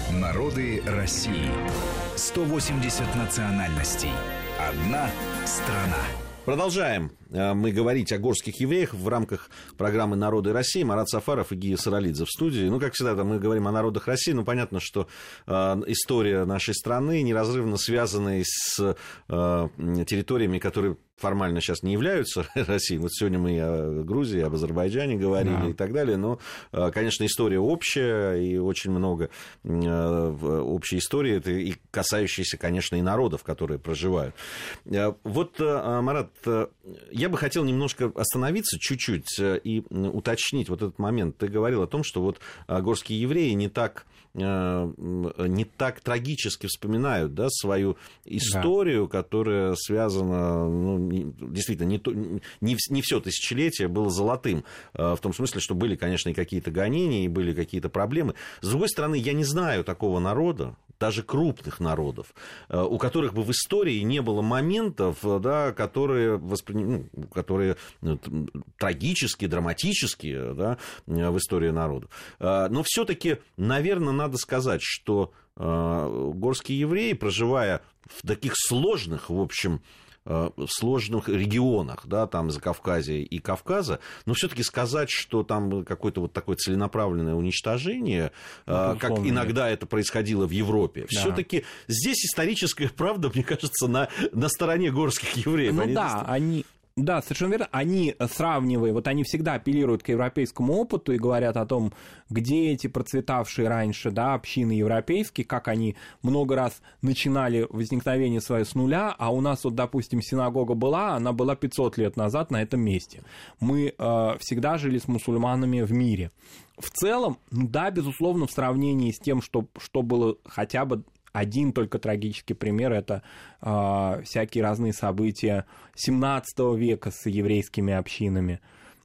Народы России. 180 национальностей. Одна страна. Продолжаем мы говорить о горских евреях в рамках программы «Народы России». Марат Сафаров и Гия Саралидзе в студии. Ну, как всегда, мы говорим о народах России, но понятно, что история нашей страны неразрывно связана с территориями, которые формально сейчас не являются Россией. Вот сегодня мы о Грузии, об Азербайджане говорили и так далее. Но, конечно, история общая, и очень много общей истории, это и касающейся, конечно, и народов, которые проживают. Вот, Марат, я бы хотел немножко остановиться чуть-чуть и уточнить вот этот момент. Ты говорил о том, что вот горские евреи не так трагически вспоминают, да, свою историю, которая связана, ну, действительно, не все тысячелетие было золотым, в том смысле, что были, конечно, и какие-то гонения, и были какие-то проблемы. С другой стороны, я не знаю такого народа, даже крупных народов, у которых бы в истории не было моментов, да, которые трагические, драматические, да, в истории народов. Но все-таки, наверное, надо сказать, что горские евреи, проживая в таких сложных, в общем, в сложных регионах, да, там Закавказья и Кавказа, но все-таки сказать, что там какое-то вот такое целенаправленное уничтожение, как иногда это происходило в Европе, все-таки здесь историческая правда, мне кажется, на стороне горских евреев. Да, совершенно верно. Они сравнивая, вот они всегда апеллируют к европейскому опыту и говорят о том, где эти процветавшие раньше, да, общины европейские, как они много раз начинали возникновение свое с нуля, а у нас вот, допустим, синагога она была 500 лет назад на этом месте. Мы всегда жили с мусульманами в мире. В целом, да, безусловно, в сравнении с тем, что было хотя бы один только трагический пример – это всякие разные события XVII века с еврейскими общинами.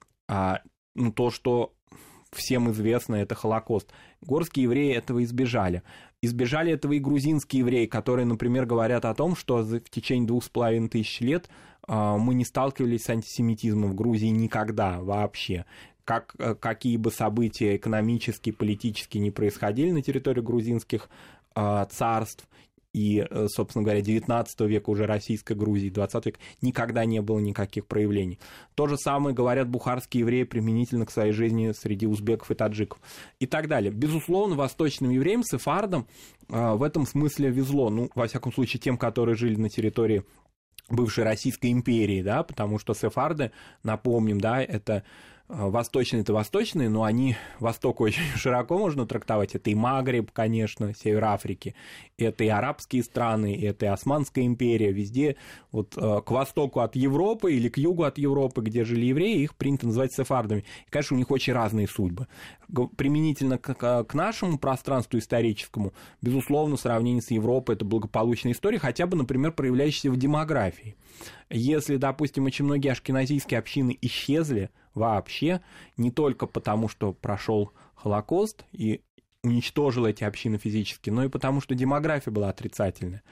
То, что всем известно, это Холокост. Горские евреи этого избежали. Избежали этого и грузинские евреи, которые, например, говорят о том, что в течение 2500 лет мы не сталкивались с антисемитизмом в Грузии никогда вообще. Какие бы события экономические, политические не происходили на территории грузинских царств и, собственно говоря, 19 века уже российской Грузии, 20 века, никогда не было никаких проявлений. То же самое говорят бухарские евреи применительно к своей жизни среди узбеков и таджиков и так далее. Безусловно, восточным евреям, сефардам в этом смысле везло, ну, во всяком случае, тем, которые жили на территории бывшей Российской империи, да, потому что сефарды, напомним, да, это восточные, но они, Восток очень широко можно трактовать, это и Магриб, конечно, север Африки, это и арабские страны, это и Османская империя, везде вот к востоку от Европы или к югу от Европы, где жили евреи, их принято называть сефардами. И, конечно, у них очень разные судьбы. Применительно к нашему пространству историческому, безусловно, в сравнении с Европой это благополучная история, хотя бы, например, проявляющаяся в демографии. Если, допустим, очень многие ашкеназийские общины исчезли вообще, не только потому, что прошел Холокост и уничтожил эти общины физически, но и потому, что демография была отрицательная,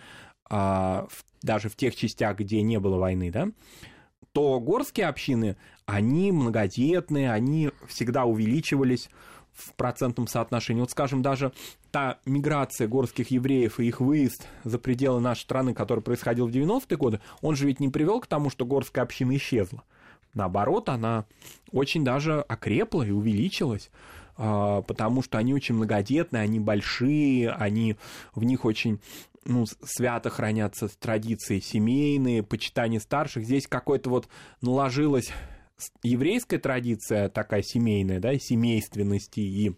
даже в тех частях, где не было войны, да, то горские общины, они многодетные, они всегда увеличивались в процентном соотношении. Вот, скажем, даже та миграция горских евреев и их выезд за пределы нашей страны, который происходил в 90-е годы, он же ведь не привел к тому, что горская община исчезла. Наоборот, она очень даже окрепла и увеличилась, потому что они очень многодетные, они большие, в них очень свято хранятся традиции семейные, почитание старших. Здесь какой-то вот наложилась еврейская традиция такая семейная, да, семейственности и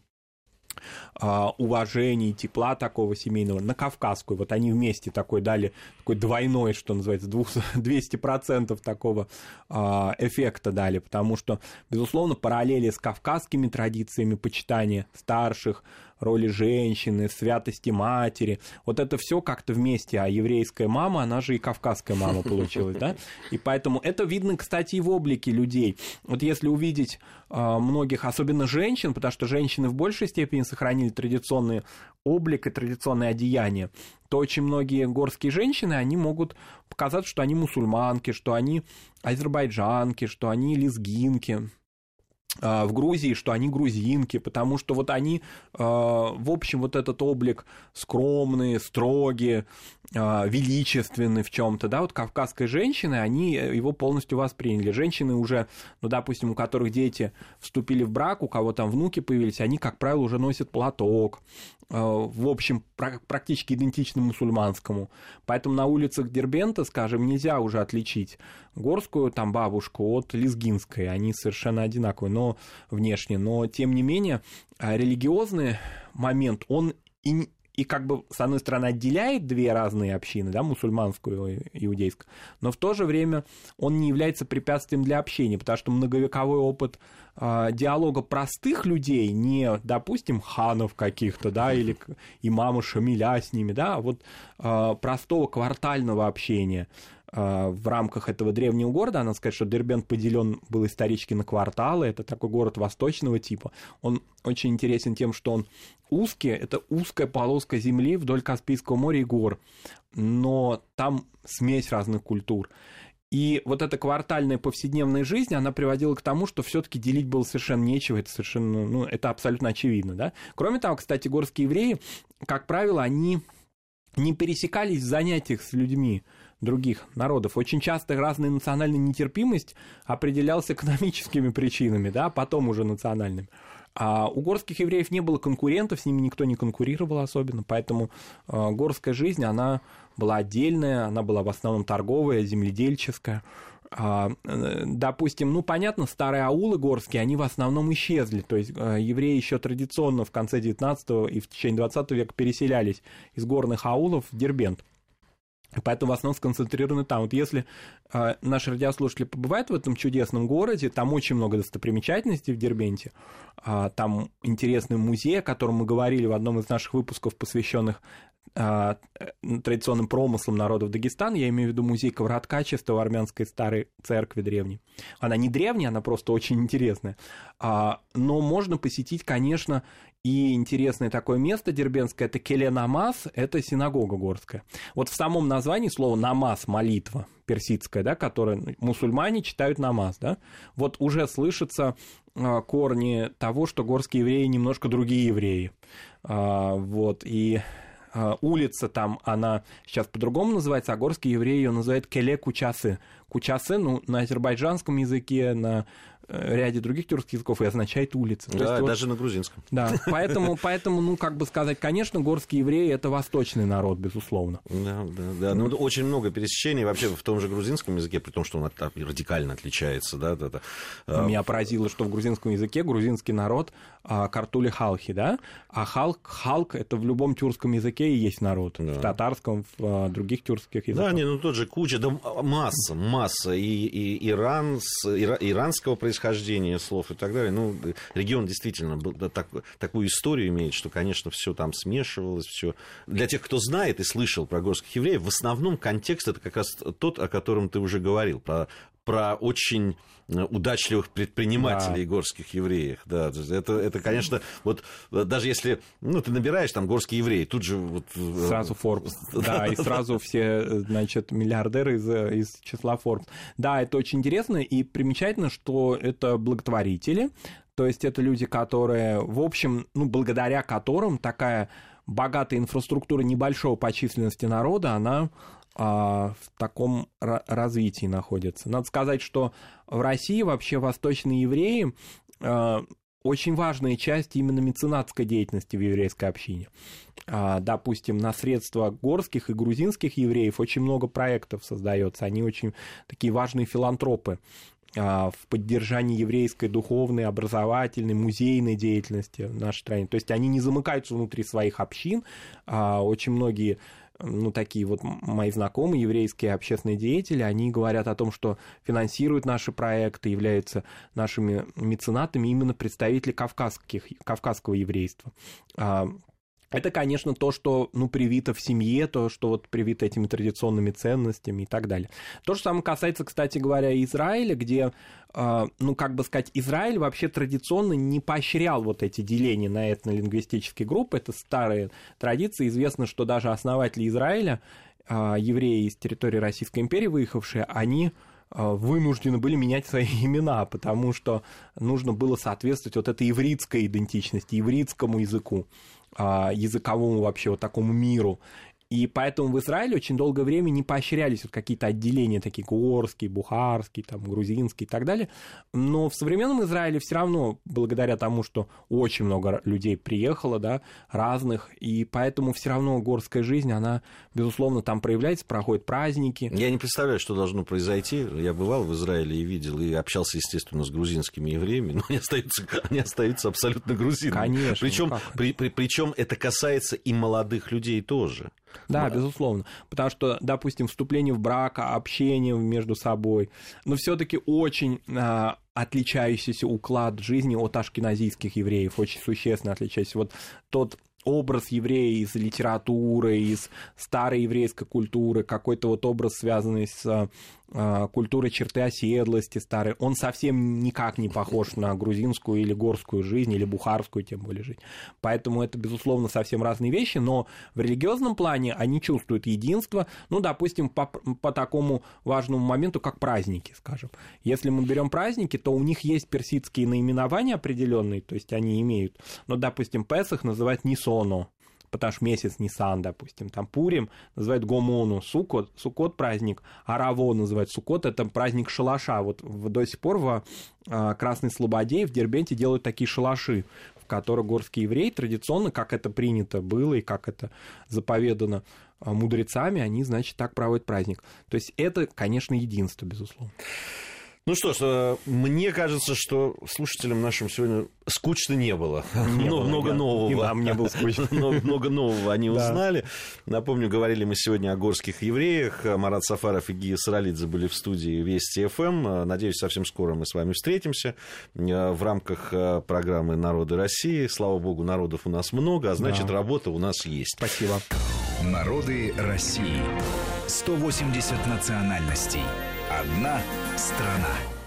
уважения, тепла такого семейного на кавказскую. Вот они вместе дали такой двойной, что называется, 200% такого эффекта дали, потому что, безусловно, параллели с кавказскими традициями почитания старших, роли женщины, святости матери, вот это все как-то вместе, а еврейская мама, она же и кавказская мама получилась, да, и поэтому это видно, кстати, и в облике людей. Вот если увидеть многих, особенно женщин, потому что женщины в большей степени сохранили традиционный облик и традиционное одеяние, то очень многие горские женщины, они могут показать, что они мусульманки, что они азербайджанки, что они лезгинки. в Грузии, что они грузинки, потому что вот они, в общем, вот этот облик скромные, строгие, величественные в чем-то, да, вот кавказской женщины, они его полностью восприняли. Женщины уже, ну, допустим, у которых дети вступили в брак, у кого там внуки появились, они, как правило, уже носят платок, в общем, практически идентичный мусульманскому. Поэтому на улицах Дербента, скажем, нельзя уже отличить горскую там бабушку от лезгинской, они совершенно одинаковые, но внешне, но тем не менее религиозный момент, он и как бы, с одной стороны, отделяет две разные общины, да, мусульманскую и иудейскую, но в то же время он не является препятствием для общения, потому что многовековой опыт диалога простых людей, не, допустим, ханов каких-то, да, или имама Шамиля с ними, да, а вот простого квартального общения в рамках этого древнего города. Надо сказать, что Дербент поделен был исторически на кварталы, это такой город восточного типа. Он очень интересен тем, что он узкий, это узкая полоска земли вдоль Каспийского моря и гор, но там смесь разных культур. И вот эта квартальная повседневная жизнь, она приводила к тому, что все-таки делить было совершенно нечего, это совершенно, ну, это абсолютно очевидно, да. Кроме того, кстати, горские евреи, как правило, они не пересекались в занятиях с людьми других народов. Очень часто разная национальная нетерпимость определялась экономическими причинами, да, потом уже национальными. А у горских евреев не было конкурентов, с ними никто не конкурировал особенно, поэтому горская жизнь, она была отдельная, она была в основном торговая, земледельческая. Допустим, ну, понятно, старые аулы горские, они в основном исчезли, то есть евреи еще традиционно в конце 19 и в течение 20 века переселялись из горных аулов в Дербент. Поэтому в основном сконцентрированы там. Вот если наши радиослушатели побывают в этом чудесном городе, там очень много достопримечательностей в Дербенте. Там интересный музей, о котором мы говорили в одном из наших выпусков, посвященных традиционным промыслам народов Дагестана. Я имею в виду музей ковроткачества в армянской старой церкви древней. Она не древняя, она просто очень интересная. Но можно посетить, конечно, и интересное такое место дербентское, это Келе-Намаз, это синагога горская. Вот в самом названии слово «намаз» — молитва персидская, да, которую мусульмане читают намаз, да, вот уже слышатся корни того, что горские евреи немножко другие евреи. Вот, и улица там, она сейчас по-другому называется, а горские евреи ее называют Келе-Кучасы. Кучасы, ну, на азербайджанском языке, на ряде других тюркских языков и означает улица. Да, то есть, даже на грузинском. Да, поэтому, ну, как бы сказать, конечно, горские евреи — это восточный народ, безусловно. Да. Ну, очень много пересечений вообще в том же грузинском языке, при том, что он радикально отличается, да. Меня поразило, что в грузинском языке грузинский народ картули халхи, да, а халк — это в любом тюркском языке и есть народ, да. В татарском, в других тюркских языках. Да, ну тот же куча, да, масса и иранского происхождения слов и так далее. Ну, регион действительно такую историю имеет, что, конечно, все там смешивалось, все. Для тех, кто знает и слышал про горских евреев, в основном контекст это как раз тот, о котором ты уже говорил, про очень удачливых предпринимателей, да, горских евреев. Да, это, конечно, вот даже если, ну, ты набираешь там горские евреи, тут же вот... Сразу Forbes, да, и сразу все, значит, миллиардеры из числа Forbes. Да, это очень интересно и примечательно, что это благотворители, то есть это люди, которые, в общем, ну, благодаря которым такая богатая инфраструктура небольшого по численности народа, она в таком развитии находится. Надо сказать, что в России вообще восточные евреи очень важная часть именно меценатской деятельности в еврейской общине. Допустим, на средства горских и грузинских евреев очень много проектов создается. Они очень такие важные филантропы в поддержании еврейской духовной, образовательной, музейной деятельности в нашей стране. То есть они не замыкаются внутри своих общин. Очень многие, ну, такие вот мои знакомые еврейские общественные деятели, они говорят о том, что финансируют наши проекты, являются нашими меценатами именно представители кавказского еврейства. Это, конечно, то, что, ну, привито в семье, то, что вот привито этими традиционными ценностями и так далее. То же самое касается, кстати говоря, Израиля, где, ну, как бы сказать, Израиль вообще традиционно не поощрял вот эти деления на этнолингвистические группы. Это старые традиции. Известно, что даже основатели Израиля, евреи из территории Российской империи выехавшие, они вынуждены были менять свои имена, потому что нужно было соответствовать вот этой ивритской идентичности, ивритскому языку, языковому вообще вот такому миру. И поэтому в Израиле очень долгое время не поощрялись вот какие-то отделения, такие горские, бухарские, там, грузинские и так далее. Но в современном Израиле все равно, благодаря тому, что очень много людей приехало, да, разных, и поэтому все равно горская жизнь, она, безусловно, там проявляется, проходят праздники. Я не представляю, что должно произойти. Я бывал в Израиле и видел, и общался, естественно, с грузинскими евреями, но они остаются абсолютно грузинами. Конечно. Причем это касается и молодых людей тоже. Да, безусловно. Потому что, допустим, вступление в брак, общение между собой, но все-таки очень отличающийся уклад жизни от ашкеназийских евреев, очень существенно отличающийся. Вот тот образ еврея из литературы, из старой еврейской культуры, какой-то вот образ, связанный с культурой черты оседлости старой, он совсем никак не похож на грузинскую или горскую жизнь, или бухарскую, тем более, жизнь. Поэтому это, безусловно, совсем разные вещи, но в религиозном плане они чувствуют единство, ну, допустим, по такому важному моменту, как праздники, скажем. Если мы берем праздники, то у них есть персидские наименования определенные, то есть они имеют, ну, допустим, Песах называют Нисоно, потому что месяц Нисан, допустим, там Пурим называют Гомону, Суккот праздник, Араво называют Суккот, это праздник шалаша. Вот до сих пор в Красной Слободе и в Дербенте делают такие шалаши, в которых горские евреи традиционно, как это принято было и как это заповедано мудрецами, они, значит, так проводят праздник. То есть это, конечно, единство, безусловно. Ну что ж, мне кажется, что слушателям нашим сегодня скучно не было. Много нового. И нам не было скучно. Много нового они узнали. Напомню, говорили мы сегодня о горских евреях. Марат Сафаров и Гия Саралидзе были в студии Вести ФМ. Надеюсь, совсем скоро мы с вами встретимся в рамках программы «Народы России». Слава богу, народов у нас много, а значит, работа у нас есть. Спасибо. Народы России. 180 национальностей. Одна страна.